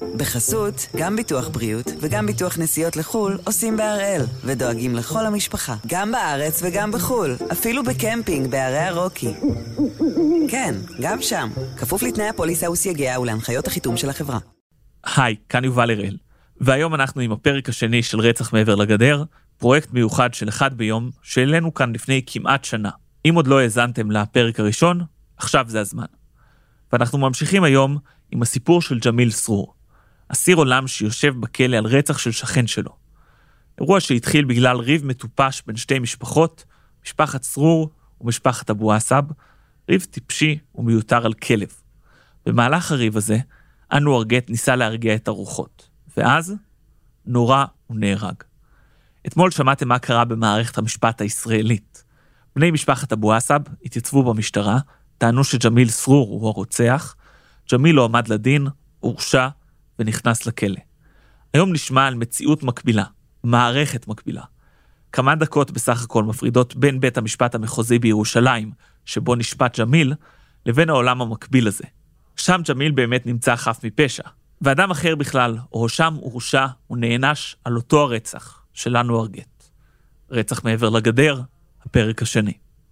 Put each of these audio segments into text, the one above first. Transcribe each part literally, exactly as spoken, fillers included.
בחסות, גם ביטוח בריאות וגם ביטוח נסיעות לחול עושים בהראל, ודואגים לכל המשפחה, גם בארץ וגם בחול, אפילו בקמפינג בערי הרוקי. כן, גם שם, כפוף לתנאי הפוליסה וסייגיה ולהנחיות החיתום של החברה. היי, כאן יובל הראל, והיום אנחנו עם הפרק השני של רצח מעבר לגדר, פרויקט מיוחד של אחד ביום, שאלינו כאן לפני כמעט שנה. אם עוד לא האזנתם לפרק הראשון, עכשיו זה הזמן. ואנחנו ממשיכים היום עם הסיפור של ג'מיל סרור, אסיר עולם שיושב בכלא על רצח של שכן שלו. אירוע שהתחיל בגלל ריב מטופש בין שתי משפחות, משפחת סרור ומשפחת אבו עסב, ריב טיפשי ומיותר על כלב. במהלך הריב הזה, אנואר גט ניסה להרגיע את הרוחות, ואז נורא ונהרג. אתמול שמעתם מה קרה במערכת המשפט הישראלית. בני משפחת אבו עסב התייצבו במשטרה, טענו שג'מיל סרור הוא הרוצח, ג'מיל לא עמד לדין, הורשע ונכנס לכלא. היום נשמע על מציאות מקבילה, מערכת מקבילה. כמה דקות בסך הכל מפרידות בין בית המשפט המחוזי בירושלים, שבו נשפט ג'מיל, לבין העולם המקביל הזה. שם ג'מיל באמת נמצא חף מפשע, ואדם אחר בכלל, או שם הורשע ונענש על אותו הרצח של אנואר גט. רצח מעבר לגדר, הפרק השני.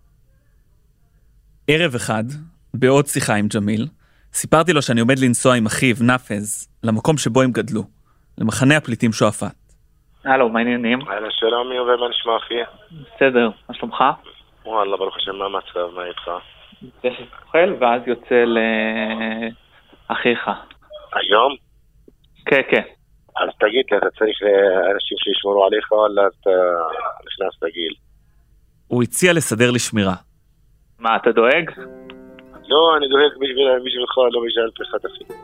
ערב אחד, בעוד שיחה עם ג'מיל, סיפרתי לו שאני עומד לנסוע עם אחיו, נפז, למקום שבו הם גדלו, למחנה הפליטים שועפאט. הלו, מה העניינים? הלו, שלום, מי עובד, מה נשמע אחי? בסדר, מה שלומך? וואלה, ברוך השם, מה המצב, מה איתך? זה שתוכל ואז יוצא לאחיך. היום? כן, כן. אז תגיד לי, אתה צריך אנשים שישמרו עליך, או אתה נכנס תגיל? הוא הציע לסדר לי שמירה. מה, אתה דואג? לא, אני דואג בשבילך, לא בשביל פריחת אחי.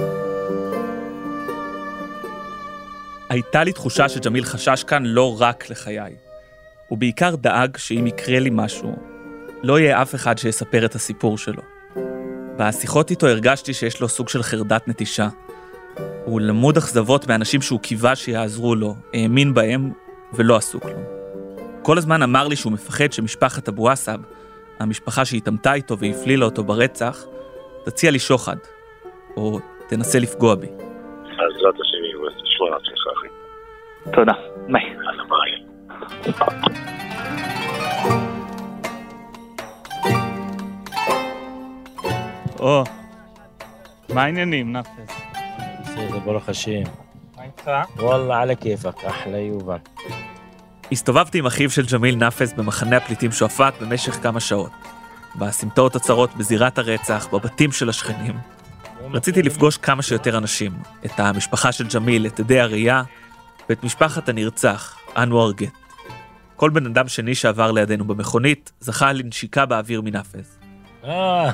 הייתה לי תחושה שג'מיל חשש כאן לא רק לחיי. הוא בעיקר דאג שאם יקרה לי משהו, לא יהיה אף אחד שיספר את הסיפור שלו. בשיחות איתו הרגשתי שיש לו סוג של חרדת נטישה. הוא למוד אכזבות מאנשים שהוא קיווה שיעזרו לו, האמין בהם ולא עשו כלום. כל הזמן אמר לי שהוא מפחד שמשפחת אבו עסב, המשפחה שהתאמתה איתו והפלילה אותו ברצח, תציע לי שוחד, או תנסה לפגוע בי. אז לא תשמי, הוא תשמור על עצמך, אחי. תודה, ביי. הלאה, ביי. או, מה העניינים, נפס? בסדר, ברוך השם. מה איתך? וואלה, עלה כיפק, אחלה יובל. הסתובבתי עם אחיו של ג'מיל נפס במחנה הפליטים שועפאט במשך כמה שעות. בסמטאות הצרות בזירת הרצח, בבתים של השכנים. רציתי לפגוש כמה שיותר אנשים, את המשפחה של ג'מיל, את עדי הראייה, ואת משפחת הנרצח, אנואר גט. כל בן אדם שני שעבר לידינו במכונית, זכה לנשיקה באוויר מנפס. אה,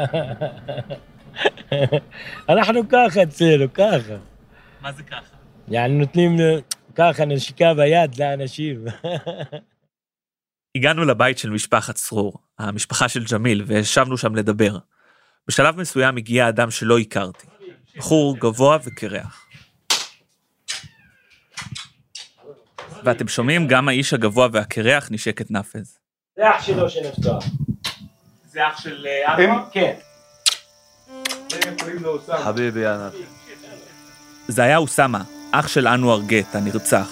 אנחנו ככה אצלנו, ככה. מה זה ככה? יעני נותנים ככה נשיקה ביד לאנשים. הגענו לבית של משפחת סרור, המשפחה של ג'מיל, וישבנו שם לדבר. בשלב מסוים הגיע אדם שלא הכרתי. בחור גבוה וקרח. ואתם שומעים, גם האיש הגבוה והקרח נשק את נפז. זה אח שלו שנפטר. זה אח של אנואר? כן. חביבי יא נפז. זה היה אוסמה, אח של אנואר גט, הנרצח.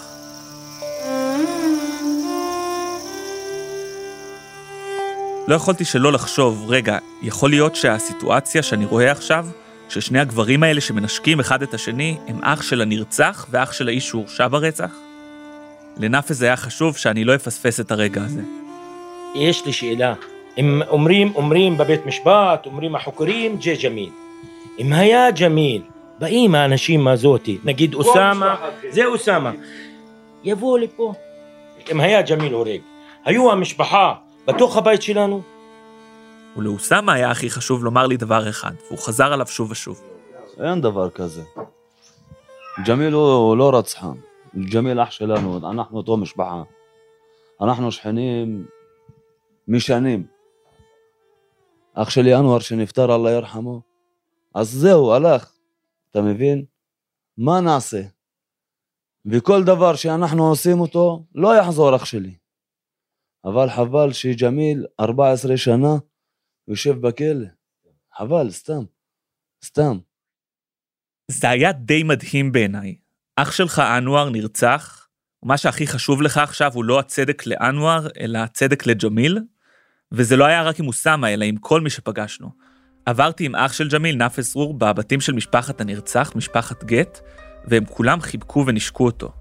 לא יכולתי שלא לחשוב, רגע, יכול להיות שהסיטואציה שאני רואה עכשיו, ששני הגברים האלה שמנשקים אחד את השני, הם אח של הנרצח ואח של האיש שהורשע ברצח? לנפז היה חשוב שאני לא אפספס את הרגע הזה. יש לי שאלה. אם אומרים, אומרים בבית משפט, אומרים החוקרים, ג'ה ג'מיל. אם היה ג'מיל, באים האנשים הזאתי, נגיד אוסמה, זה אוסמה, יבואו לפה. אם היה ג'מיל הורג, היו המשפחה בתוך הבית שלנו? ולאוסמה היה הכי חשוב לומר לי דבר אחד, והוא חזר עליו שוב ושוב. אין דבר כזה. ג'מיל הוא לא רצחן. ג'מיל אח שלנו, אנחנו אותו משפחה. אנחנו שכנים משנים. אח שלי אנואר שנפטר, אללה ירחמו, אז זהו, הלך. אתה מבין? מה נעשה? וכל דבר שאנחנו עושים אותו, לא יחזור אח שלי. אבל חבל שג'מיל ארבע עשרה שנה יושב בכלא. חבל, סתם. סתם. זה היה די מדהים בעיניי. אח שלך אנואר נרצח, ומה שהכי חשוב לך עכשיו הוא לא הצדק לאנואר, אלא הצדק לג'מיל, וזה לא היה רק עם אוסמה, אלא עם כל מי שפגשנו. עברתי עם אח של ג'מיל, נאפס רור, בבתים של משפחת הנרצח, משפחת גט, והם כולם חיבקו ונשקו אותו.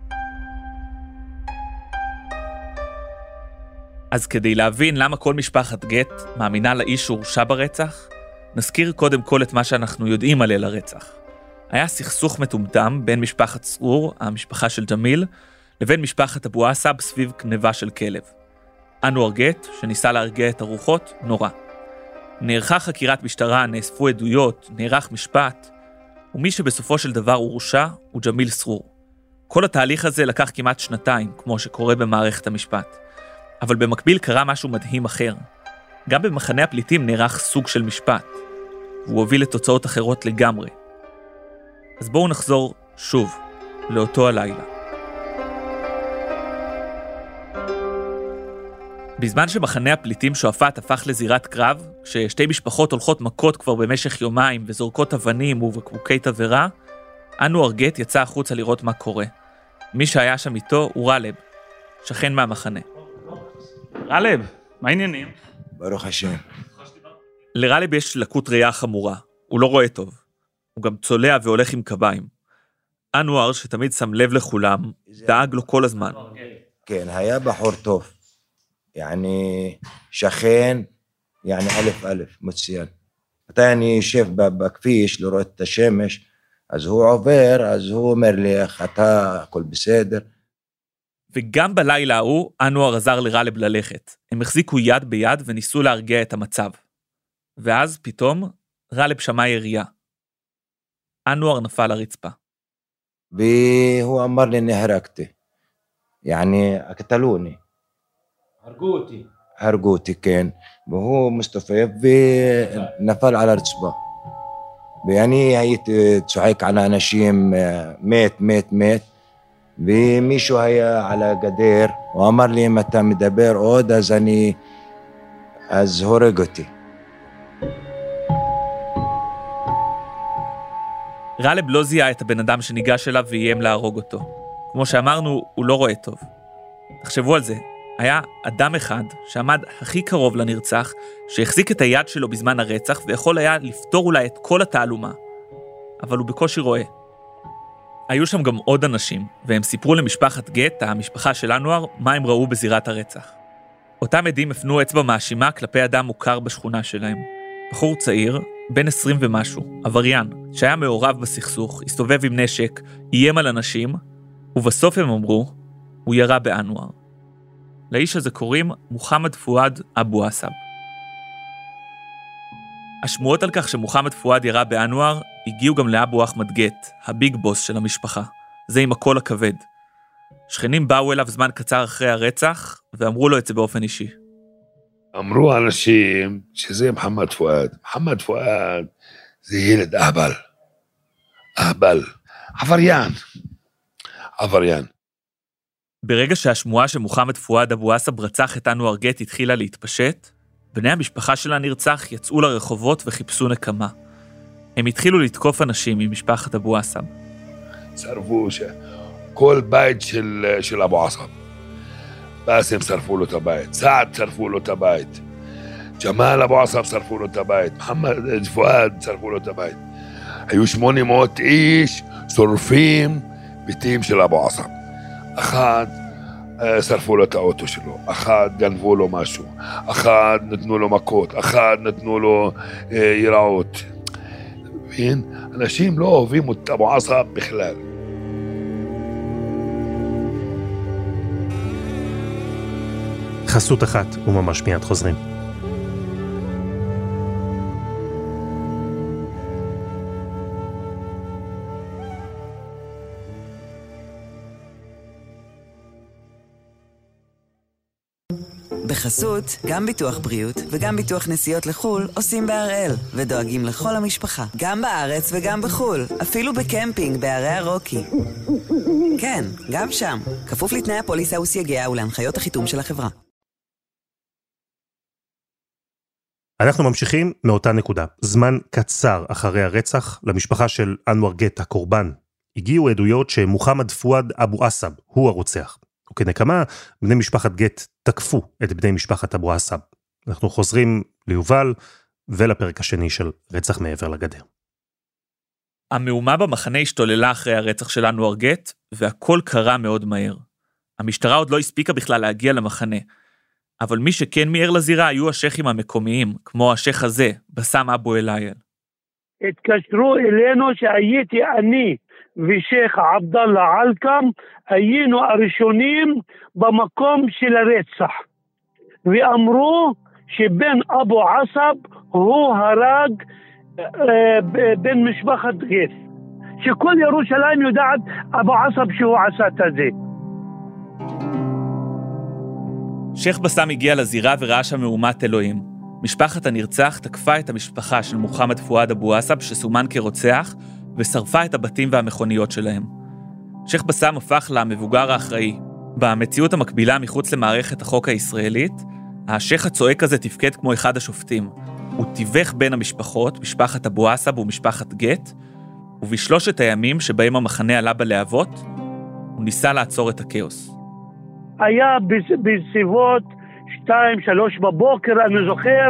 אז כדי להבין למה כל משפחת גט מאמינה לאיש שהורשע ברצח, נזכיר קודם כל את מה שאנחנו יודעים על ליל הרצח. היה סכסוך מטומטם בין משפחת סרור, המשפחה של ג'מיל, לבין משפחת אבו עסב סביב כנבה של כלב. אנואר גט, שניסה להרגיע את הרוחות, נורא. נערכה חקירת משטרה, נאספו עדויות, נערך משפט, ומי שבסופו של דבר הורשע הוא ג'מיל סרור. כל התהליך הזה לקח כמעט שנתיים, כמו שקורה במערכת המשפט. אבל במקביל קרה משהו מדהים אחר. גם במחנה הפליטים נערך סוג של משפט, והוא הוביל לתוצאות אחרות לגמרי. אז בואו נחזור שוב לאותו הלילה. בזמן שמחנה הפליטים שועפאט הפך לזירת קרב, כששתי משפחות הולכות מכות כבר במשך יומיים וזורקות אבנים ובקבוקי תבערה, אנואר גט יצא החוצה לראות מה קורה. מי שהיה שם איתו הוא רלב, שכן מהמחנה. רלב, מה העניינים? ברוך השם. לרלב יש לקות ראייה חמורה, הוא לא רואה טוב. הוא גם צולע והולך עם קביים. אנואר, שתמיד שם לב לכולם, דאג לו כל הזמן. כן, היה בחור טוב. יעני, שכן, יעני אלף אלף, מצוין. מתי אני יושב בכביש לראות את השמש, אז הוא עובר, אז הוא אומר לי, אתה, הכל בסדר. וגם בלילה ההוא, אנואר עזר לרלב ללכת. הם החזיקו יד ביד וניסו להרגיע את המצב. ואז פתאום, רלב שמע ירייה. אנואר נפל לרצפה. והוא אמר לי, נהרגתי. יעני, הקטלוני. הרגו אותי. הרגו אותי, כן. והוא מסתופף ונפל על הרצפה. ואני הייתי צועק על האנשים, מת, מת, מת. ומישהו היה על הגדר, הוא אמר לי, אם אתה מדבר עוד, אז אני, אז הורג אותי. רלב לא זיהה את הבן אדם שניגש אליו ואיים להרוג אותו. כמו שאמרנו, הוא לא רואה טוב. תחשבו על זה, היה אדם אחד שעמד הכי קרוב לנרצח, שהחזיק את היד שלו בזמן הרצח, ויכול היה לפתור אולי את כל התעלומה. אבל הוא בקושי רואה. היו שם גם עוד אנשים, והם סיפרו למשפחת גט, המשפחה של אנואר, מה הם ראו בזירת הרצח. אותם עדים הפנו אצבע מאשימה כלפי אדם מוכר בשכונה שלהם. בחור צעיר, בן עשרים ומשהו, עבריין, שהיה מעורב בסכסוך, הסתובב עם נשק, איים על אנשים, ובסוף הם אמרו, הוא ירה באנואר. לאיש הזה קוראים מוחמד פואד אבו עסב. השמועות על כך שמוחמד פואד ירה באנואר הגיעו גם לאבו אחמד גט, הביג בוס של המשפחה. זה עם הקול הכבד. שכנים באו אליו זמן קצר אחרי הרצח, ואמרו לו את זה באופן אישי. אמרו אנשים שזה מוחמד פואד. מוחמד פואד זה ילד אהבל. אהבל. עבריין. עבריין. ברגע שהשמועה שמוחמד פואד אבו עסב רצח את אנואר גט התחילה להתפשט, בני המשפחה של הנרצח יצאו לרחובות וחיפשו נקמה. הם התחילו לתקוף אנשים ממשפחת אבו עסב. שרפו כל בית של, של אבו עסב. באסם שרפו לו את הבית, סעד שרפו לו את הבית, ג'מאל אבו עסב שרפו לו את הבית, מוחמד פואד שרפו לו את הבית. היו שמונה מאות איש שורפים ביתים של אבו עסב. אחד שרפו לו את האוטו שלו, אחד גנבו לו משהו, אחד נתנו לו מכות, אחד נתנו לו אה, יראות. אנשים לא אוהבים את אבו עסב בכלל. חסות אחת וממש מיד חוזרים. בחסות, גם ביטוח בריאות וגם ביטוח נסיעות לחול עושים בהראל ודואגים לכל המשפחה, גם בארץ וגם בחול, אפילו בקמפינג בערי הרוקי. כן, גם שם, כפוף לתנאי הפוליסה וסייגיה ולהנחיות החיתום של החברה. אנחנו ממשיכים מאותה נקודה. זמן קצר אחרי הרצח, למשפחה של אנואר גט, הקורבן, הגיעו עדויות שמוחמד פואד אבו עסב הוא הרוצח. וכנקמה, בני משפחת גט תקפו את בני משפחת אבו עסב. אנחנו חוזרים ליובל ולפרק השני של רצח מעבר לגדר. המהומה במחנה השתוללה אחרי הרצח של אנואר גט, והכל קרה מאוד מהר. המשטרה עוד לא הספיקה בכלל להגיע למחנה, אבל מי שכן מיהר לזירה היו השייחים המקומיים, כמו השייח הזה, בסם אבו אלייל. התקשרו אלינו שהייתי אני ושייח עבדאללה אלקם, היינו הראשונים במקום של הרצח, ואמרו שבן אבו עסב הוא הרג בן משפחת גט, שכל ירושלים יודעת אבו עסב שהוא עשה את זה. שייח בסם הגיע לזירה וראה שם מהומת אלוהים. משפחת הנרצח תקפה את המשפחה של מוחמד פואד אבו עסב שסומן כרוצח, ושרפה את הבתים והמכוניות שלהם. שייח בסם הפך למבוגר האחראי. במציאות המקבילה מחוץ למערכת החוק הישראלית, השייח הצועק הזה תפקד כמו אחד השופטים. הוא תיווך בין המשפחות, משפחת אבו עסב ומשפחת גט, ובשלושת הימים שבהם המחנה עלה בלהבות, הוא ניסה לעצור את הכאוס. היה בסביבות שתיים, שלוש בבוקר, אני זוכר,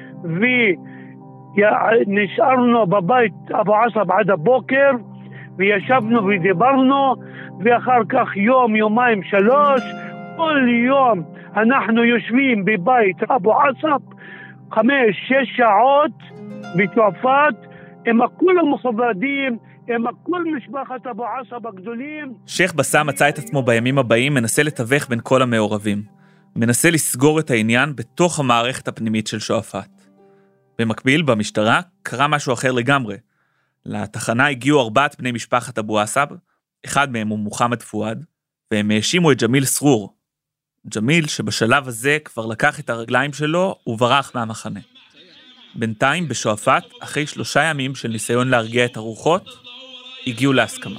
ונשארנו בבית אבו עסב עד הבוקר, וישבנו ודיברנו, ואחר כך יום, יומיים, שלוש, כל יום אנחנו יושבים בבית אבו עסב, חמש, שש שעות בתעופת, הם כולם מכובדים, הם כל משפחת אבו עסב הגדולים. שייח בסם מצא את עצמו בימים הבאים מנסה לתווך בין כל המעורבים. מנסה לסגור את העניין בתוך המערכת הפנימית של שועפאט. במקביל, במשטרה, קרה משהו אחר לגמרי. לתחנה הגיעו ארבעת בני משפחת אבו עסב, אחד מהם הוא מוחמד פואד, והם האשימו את ג'מיל סרור. ג'מיל, שבשלב הזה כבר לקח את הרגליים שלו וברח מהמחנה. בינתיים, בשועפאט, אחרי שלושה ימים של ניסיון להרגיע את הרוחות, הגיעו להסכמה.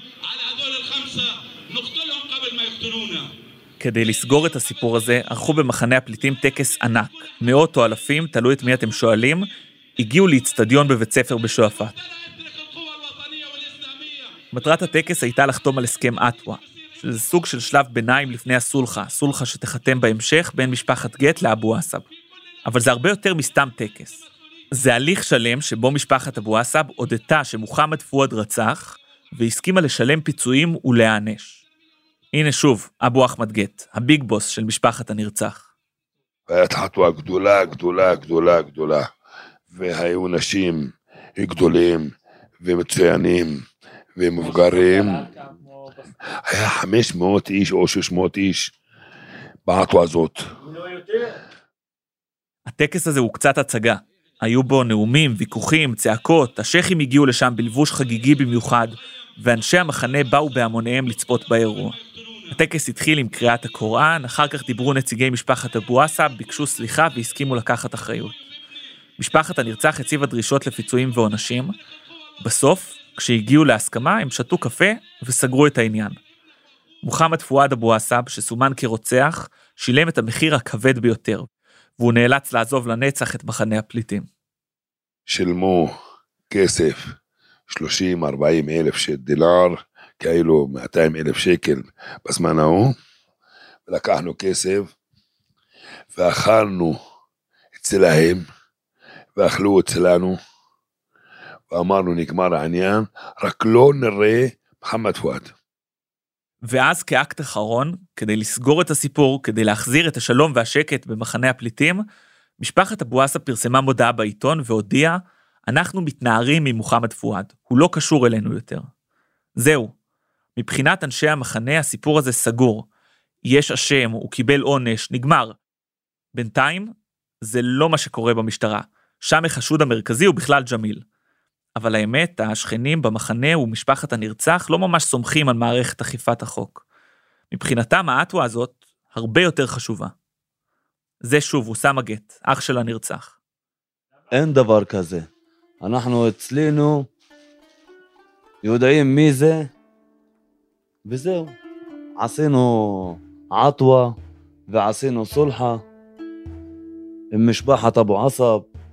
כדי לסגור את הסיפור הזה, ערכו במחנה הפליטים טקס ענק. מאות או אלפים, תלוי את מי אתם שואלים, הגיעו לאצטדיון בבית ספר בשועפאט. מטרת הטקס הייתה לחתום על הסכם עטווה, שזה סוג של שלב ביניים לפני הסולחה, סולחה שתחתם בהמשך בין משפחת גט לאבו עסב. אבל זה הרבה יותר מסתם טקס. זה הליך שלם שבו משפחת אבו עסב הודתה שמוחמד פואד רצח, והסכימה לשלם פיצויים ולהענש. הנה שוב, אבו אחמד גט, הביג בוס של משפחת הנרצח. הייתה חתואה גדולה, גדולה, גדולה, גדולה. והיו נשים גדולים ומצוינים ומבוגרים. היה חמש מאות איש או שש מאות איש בעטו הזאת. הטקס הזה הוא קצת הצגה. היו בו נאומים, ויכוחים, צעקות, השייחים הגיעו לשם בלבוש חגיגי במיוחד, ואנשי המחנה באו בהמוניהם לצפות באירוע. הטקס התחיל עם קריאת הקוראן, אחר כך דיברו נציגי משפחת אבו עסב, ביקשו סליחה והסכימו לקחת אחריות. משפחת הנרצח הציבה דרישות לפיצויים ועונשים. בסוף, כשהגיעו להסכמה, הם שתו קפה וסגרו את העניין. מוחמד פואד אבו עסב, שסומן כרוצח, שילם את המחיר הכבד ביותר, והוא נאלץ לעזוב לנצח את מחנה הפליטים. שילמו כסף, שלושים ארבעים אלף של דולר, כאילו מאתיים אלף שקל בזמן ההוא, ולקחנו כסף, ואכלנו אצלהם, ואכלו אצלנו, ואמרנו נגמר העניין, רק לא נראה מוחמד פואד. ואז כאקט אחרון, כדי לסגור את הסיפור, כדי להחזיר את השלום והשקט במחנה הפליטים, משפחת אבו עסב פרסמה מודעה בעיתון והודיעה, אנחנו מתנערים ממוחמד פואד, הוא לא קשור אלינו יותר. זהו, מבחינת אנשי המחנה הסיפור הזה סגור, יש אשם, הוא קיבל עונש, נגמר. בינתיים, זה לא מה שקורה במשטרה, שם החשוד המרכזי הוא בכלל ג'מיל. אבל האמת, השכנים במחנה ומשפחת הנרצח לא ממש סומכים על מערכת אכיפת החוק. מבחינתם העטווה הזאת הרבה יותר חשובה. זה שוב, אוסאמה גט, אח של הנרצח. אין דבר כזה. אנחנו אצלנו יודעים מי זה, וזהו. עשינו עטווה ועשינו סולחה עם משפחת אבו עסב,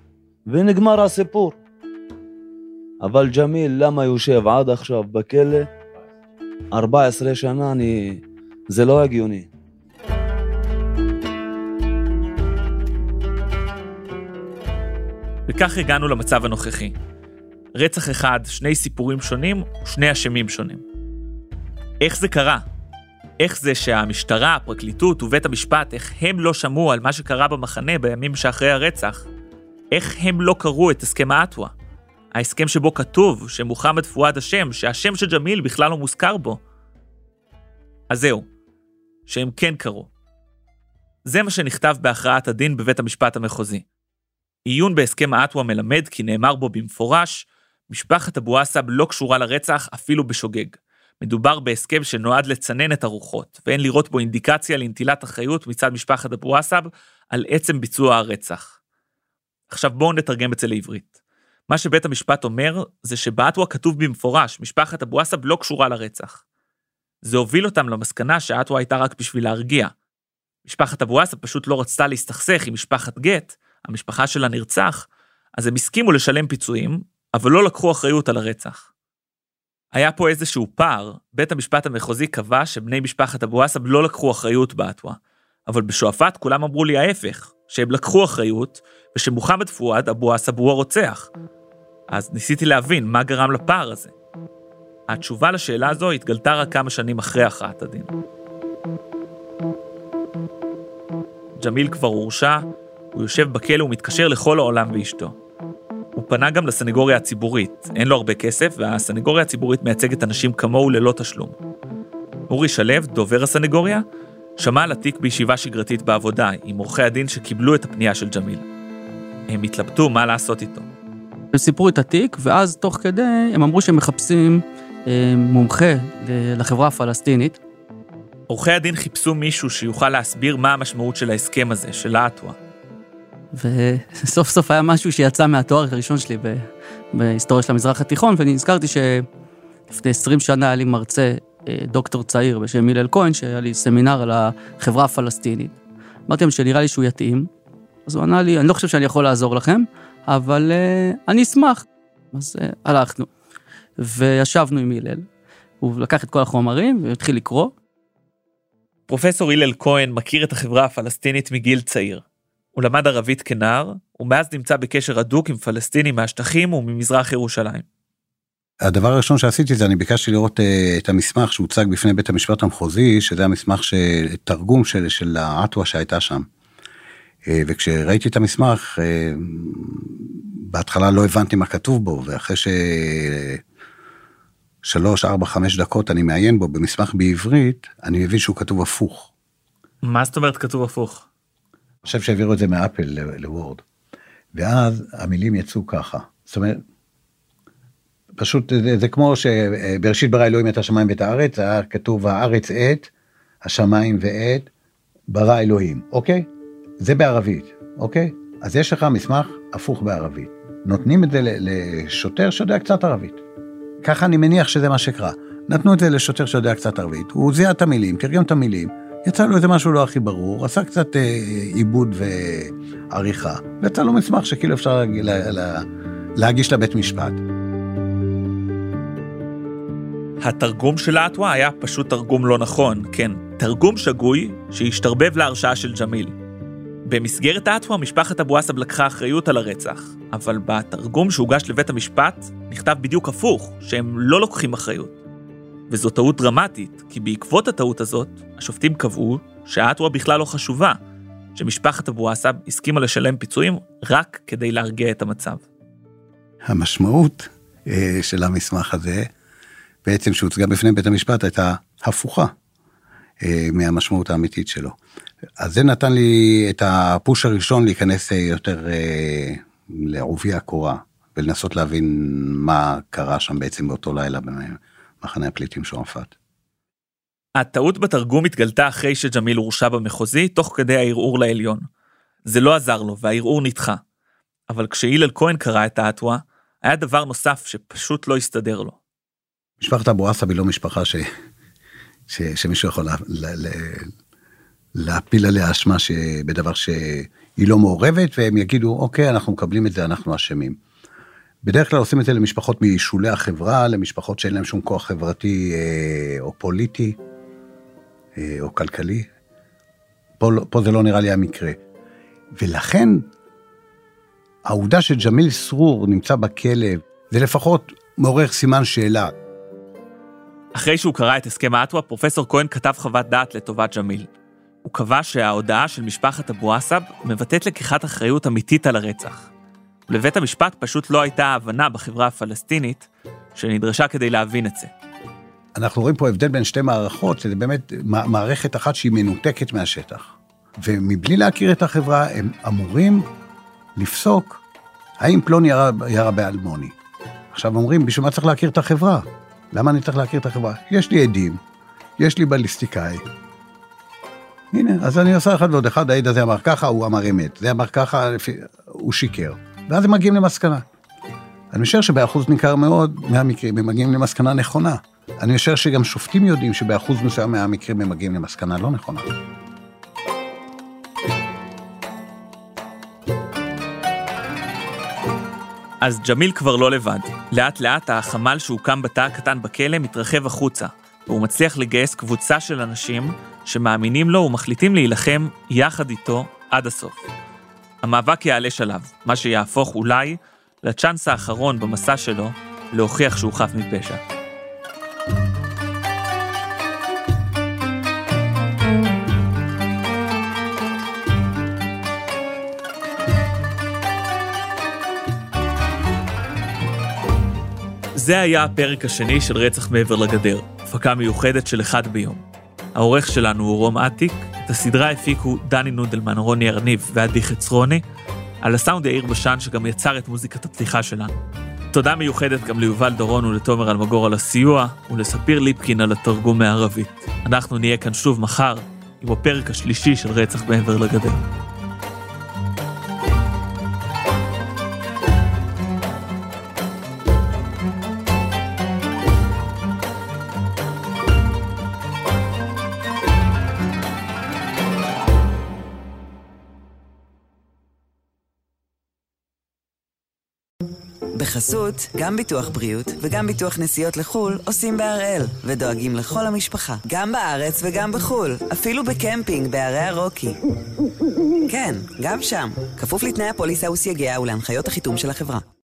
ונגמר הסיפור. אבל ג'מיל, למה יושב עד עכשיו בכלא? ארבע עשרה שנה, אני... זה לא הגיוני. וכך הגענו למצב הנוכחי. רצח אחד, שני סיפורים שונים, שני אשמים שונים. איך זה קרה? איך זה שהמשטרה, הפרקליטות ובית המשפט, איך הם לא שמעו על מה שקרה במחנה בימים שאחרי הרצח? איך הם לא קראו את הסכם האטווה? ההסכם שבו כתוב שמוחמד פואד אשם, שהשם של ג'מיל בכלל לא מוזכר בו. אז זהו, שהם כן קראו. זה מה שנכתב בהכרעת הדין בבית המשפט המחוזי. עיון בהסכם האטווה מלמד כי נאמר בו במפורש, משפחת אבו עסב לא קשורה לרצח אפילו בשוגג. מדובר בהסכם שנועד לצנן את הרוחות, ואין לראות בו אינדיקציה לנטילת אחריות מצד משפחת אבו עסב על עצם ביצוע הרצח. עכשיו בואו נתרגם את זה לעברית. מה שבית המשפט אומר זה שבאטווה כתוב במפורש, משפחת אבו עסב לא קשורה לרצח. זה הוביל אותם למסקנה שהאטווה הייתה רק בשביל להרגיע. משפחת אבו עסב פשוט לא רצתה להסתכסך עם משפחת גט, המשפחה שלה נרצח, אז הם הסכימו לשלם פיצויים, אבל לא לקחו אחריות על הרצח. היה פה איזשהו פער, בית המשפט המחוזי קבע שבני משפחת אבו עסב לא לקחו אחריות באטווה, אבל בשועפאט כולם אמרו לי ההפך, שהם לקחו אחריות, ושמוחמד פואד אבו עסב הוא הרוצח. אז ניסיתי להבין מה גרם לפער הזה. התשובה לשאלה הזו התגלתה רק כמה שנים אחרי הכרעת הדין. ג'מיל כבר הורשע, הוא יושב בכלא ומתקשר לכל העולם ואשתו. הוא פנה גם לסנגוריה הציבורית, אין לו הרבה כסף, והסנגוריה הציבורית מייצגת אנשים כמוהו ללא תשלום. אורי שלב, דובר הסנגוריה, שמע על התיק בישיבה שגרתית בעבודה, עם עורכי הדין שקיבלו את הפנייה של ג'מיל. הם התלבטו מה לעשות איתו. הם סיפרו את התיק, ואז תוך כדי הם אמרו שהם מחפשים אה, מומחה לחברה הפלסטינית. עורכי הדין חיפשו מישהו שיוכל להסביר מה המשמעות של ההסכם הזה, של האטווה. וסוף סוף היה משהו שיצא מהתואר הראשון שלי בהיסטוריה של המזרח התיכון, ואני נזכרתי שלפני עשרים שנה היה לי מרצה, דוקטור צעיר בשם הלל כהן, שהיה לי סמינר על החברה הפלסטינית. אמרתי להם שנראה לי שהוא יתאים, אז הוא ענה לי, אני לא חושב שאני יכול לעזור לכם, אבל uh, אני אשמח. אז uh, הלכנו, וישבנו עם הלל, הוא לקח את כל החומרים והתחיל לקרוא. פרופסור הלל כהן מכיר את החברה הפלסטינית מגיל צעיר. הוא למד ערבית כנער, ומאז נמצא בקשר הדוק עם פלסטינים מהשטחים וממזרח ירושלים. הדבר הראשון שעשיתי זה, אני ביקשתי לראות uh, את המסמך שהוצג בפני בית המשפט המחוזי, שזה המסמך של תרגום של, של האטווה שהייתה שם. Uh, וכשראיתי את המסמך, uh, בהתחלה לא הבנתי מה כתוב בו, ואחרי ש... שלוש, ארבע, חמש דקות אני מעיין בו במסמך בעברית, אני מבין שהוא כתוב הפוך. מה זאת אומרת כתוב הפוך? אני חושב שהעבירו את זה מאפל לוורד. ואז המילים יצאו ככה. זאת אומרת, פשוט זה, זה כמו שבראשית ברא אלוהים את השמיים ואת הארץ, היה כתוב הארץ עת, השמיים ועת, ברא אלוהים, אוקיי? זה בערבית, אוקיי? אז יש לך מסמך הפוך בערבית. נותנים את זה לשוטר שיודע קצת ערבית. ככה אני מניח שזה מה שקרה. נתנו את זה לשוטר שיודע קצת ערבית, הוא זיהה את המילים, תרגם את המילים, יצא לו איזה משהו לא הכי ברור, עשה קצת אה, עיבוד ועריכה, ויצא לו מסמך שכאילו אפשר לה, לה, להגיש לבית משפט. התרגום של האטווה היה פשוט תרגום לא נכון, כן, תרגום שגוי שהשתרבב להרשעה של ג'מיל. במסגרת האטווה משפחת אבו עסב לקחה אחריות על הרצח, אבל בתרגום שהוגש לבית המשפט נכתב בדיוק הפוך, שהם לא לוקחים אחריות. וזו טעות דרמטית, כי בעקבות הטעות הזאת, השופטים קבעו שהאטווה בכלל לא חשובה, שמשפחת אבו עסב הסכימה לשלם פיצויים רק כדי להרגיע את המצב. המשמעות אה, של המסמך הזה, בעצם שהוצגה בפני בית המשפט, הייתה הפוכה אה, מהמשמעות האמיתית שלו. אז זה נתן לי את הפוש הראשון להיכנס יותר אה, לעובי הקורה, ולנסות להבין מה קרה שם בעצם באותו לילה במחנה הפליטים שועפאט. הטעות בתרגום התגלתה אחרי שג'מיל הורשע במחוזי, תוך כדי הערעור לעליון. זה לא עזר לו, והערעור נדחה. אבל כשהלל כהן קרא את האטווה, היה דבר נוסף שפשוט לא הסתדר לו. משפחת אבו עסב היא לא משפחה ש... ש... שמישהו יכול לה... לה... להפיל עליה אשמה בדבר שהיא היא לא מעורבת, והם יגידו, אוקיי, אנחנו מקבלים את זה, אנחנו אשמים. בדרך כלל עושים את זה למשפחות משולי החברה, למשפחות שאין להם שום כוח חברתי אה, או פוליטי, אה, או כלכלי. פה, פה זה לא נראה לי המקרה. ולכן, העובדה שג'מיל סרור נמצא בכלא, זה לפחות מעורר סימן שאלה. אחרי שהוא קרא את הסכם האטווה, פרופסור כהן כתב חוות דעת לטובת ג'מיל. הוא קבע שההודעה של משפחת אבו עסב מבטאת לקיחת אחריות אמיתית על הרצח. לבית המשפט פשוט לא הייתה הבנה בחברה הפלסטינית שנדרשה כדי להבין את זה. אנחנו רואים פה הבדל בין שתי מערכות, שזה באמת מערכת אחת שהיא מנותקת מהשטח. ומבלי להכיר את החברה, הם אמורים לפסוק האם פלון ירה, ירה באלמוני. עכשיו אומרים, בשביל מה צריך להכיר את החברה? למה אני צריך להכיר את החברה? יש לי עדים, יש לי בליסטיקאי. הנה, אז אני עושה אחד ועוד אחד, העד הזה אמר ככה, הוא אמר אמת. זה אמר ככה, הוא שיקר. ואז הם מגיעים למסקנה. אני משער שבאחוז ניכר מאוד מהמקרים הם מגיעים למסקנה נכונה. אני משער שגם שופטים יודעים שבאחוז מסוים מהמקרים הם מגיעים למסקנה לא נכונה. אז ג'מיל כבר לא לבד. לאט לאט החמ"ל שהוקם בתא הקטן בכלא מתרחב החוצה, והוא מצליח לגייס קבוצה של אנשים שמאמינים לו ומחליטים להילחם יחד איתו עד הסוף. המאבק יעלה שלב, מה שיהפוך אולי לצ'אנס האחרון במסע שלו להוכיח שהוא חף מפשע. זה היה הפרק השני של רצח מעבר לגדר, הפקה מיוחדת של אחד ביום. העורך שלנו הוא רום עתיק, את הסדרה הפיקו דני נודלמן, רוני ארניב ועדי חצרוני, על הסאונד יאיר בשן שגם יצר את מוזיקת הפתיחה שלנו. תודה מיוחדת גם ליובל דורון ולתומר אלמגור על הסיוע, ולספיר ליפקין על התרגום מערבית. אנחנו נהיה כאן שוב מחר, עם הפרק השלישי של רצח מעבר לגדר. בחסות, גם ביטוח בריאות וגם ביטוח נסיעות לחול עושים בהראל ודואגים לכל המשפחה, גם בארץ וגם בחול, אפילו בקמפינג בערי הרוקי. כן, גם שם, כפוף לתנאי הפוליסה וסייגיה ולהנחיות החיתום של החברה.